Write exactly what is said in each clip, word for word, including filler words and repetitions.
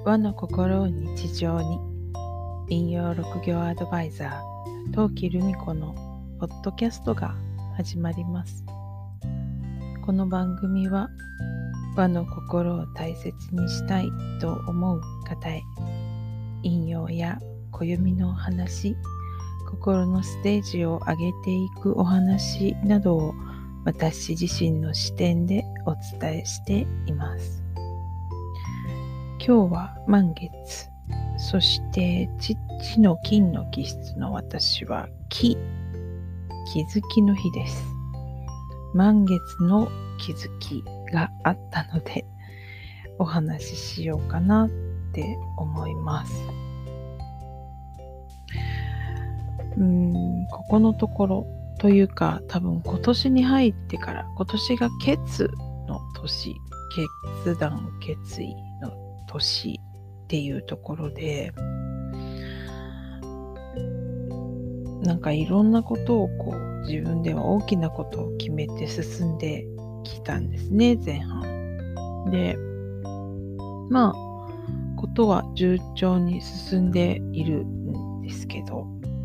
和の心を日常に、引用六行アドバイザー陶器留美子のポッドキャストが始まります。この番組は和の心を大切にしたいと思う方へ、引用や暦の話、心のステージを上げていくお話などを私自身の視点でお伝えしています。今日は満月、そして父の金の気質の私は気、気づきの日です。満月の気づきがあったのでお話ししようかなって思います。うーん、ここのところというか、多分今年に入ってから、今年が決の年、決断決意の年っていうところで、なんかいろんなことをこう自分では大きなことを決めて進んできたんですね、前半で。まあことは順調に進んでいるんですけど、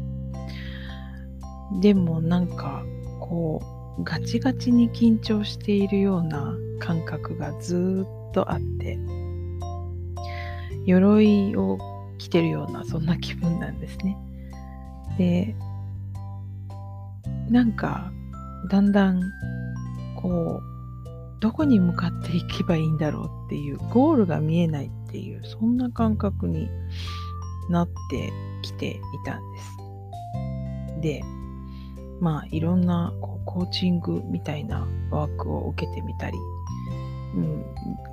でもなんかこうガチガチに緊張しているような感覚がずっとあって、鎧を着てるようなそんな気分なんですね。で、なんかだんだんこうどこに向かっていけばいいんだろうっていう、ゴールが見えないっていう、そんな感覚になってきていたんです。で、まあいろんなこうコーチングみたいなワークを受けてみたり、うん、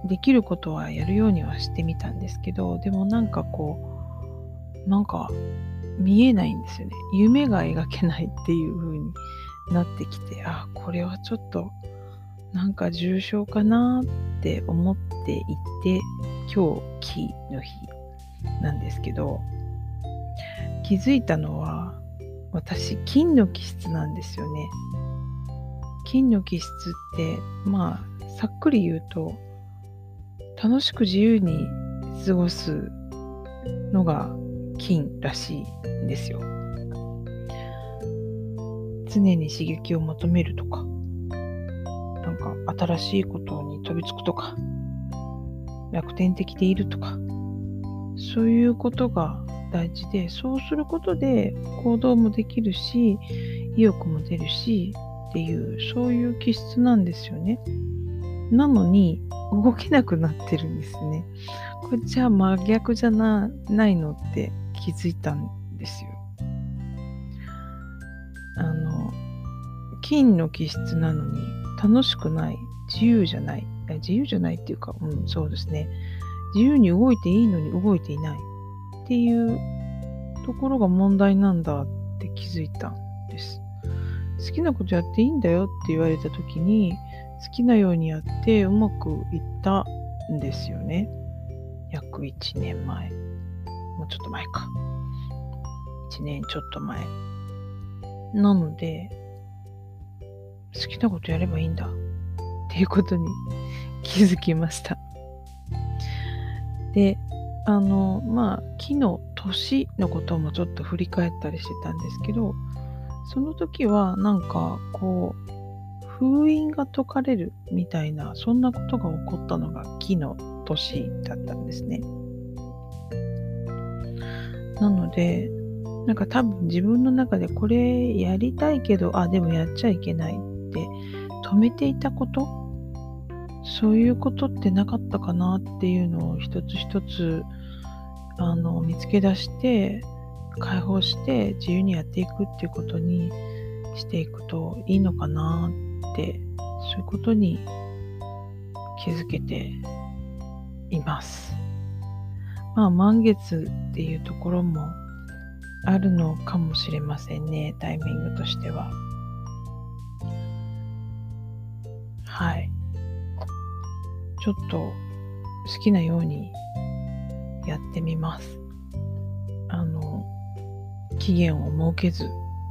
できることはやるようにはしてみたんですけど、でもなんかこうなんか見えないんですよね。夢が描けないっていう風になってきて、あ、これはちょっとなんか重症かなって思っていて、今日気の日なんですけど、気づいたのは私金の気質なんですよね。金の気質ってまあさっくり言うと、楽しく自由に過ごすのが金らしいんですよ。常に刺激を求めるとか、なんか新しいことに飛びつくとか、楽天的でいるとか、そういうことが大事で、そうすることで行動もできるし、意欲も出るしっていう、そういう気質なんですよね。なのに動けなくなってるんですね。これじゃあ真逆じゃな、ないのって気づいたんですよ。あの金の気質なのに楽しくない、自由じゃない、自由じゃないっていうか、うん、そうですね。自由に動いていいのに動いていないっていうところが問題なんだって気づいたんです。好きなことやっていいんだよって言われた時に、好きなようにやってうまくいったんですよね。約いちねんまえ。もうちょっと前か。いちねんちょっと前。なので、好きなことやればいいんだっていうことに気づきました。で、あの、まあ、木の年のこともちょっと振り返ったりしてたんですけど、その時はなんかこう、封印が解かれるみたいな、そんなことが起こったのが木の年だったんですね。なので、なんか多分自分の中でこれやりたいけど、あ、でもやっちゃいけないって止めていたこと、そういうことってなかったかなっていうのを一つ一つあの見つけ出して、解放して自由にやっていくっていうことにしていくといいのかなって、そういうことに気づけています。まあ満月っていうところもあるのかもしれませんね、タイミングとしては。はい。ちょっと好きなようにやってみます。あの、期限を設けず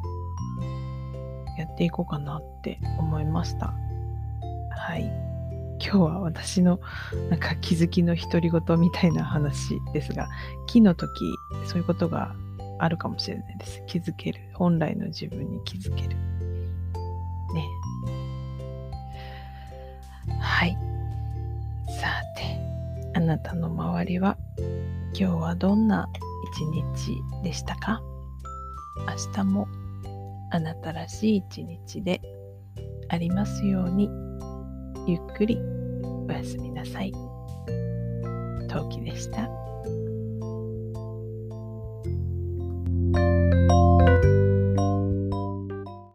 やっていこうかなって思いました。はい。 今日は私のなんか気づきの独り言みたいな話ですが、木の時そういうことがあるかもしれないです。気づける。本来の自分に気づける。ね。はい。さて、あなたの周りは今日はどんな一日でしたか？明日もあなたらしい一日でありますように。ゆっくりおやすみなさい。陶器でした。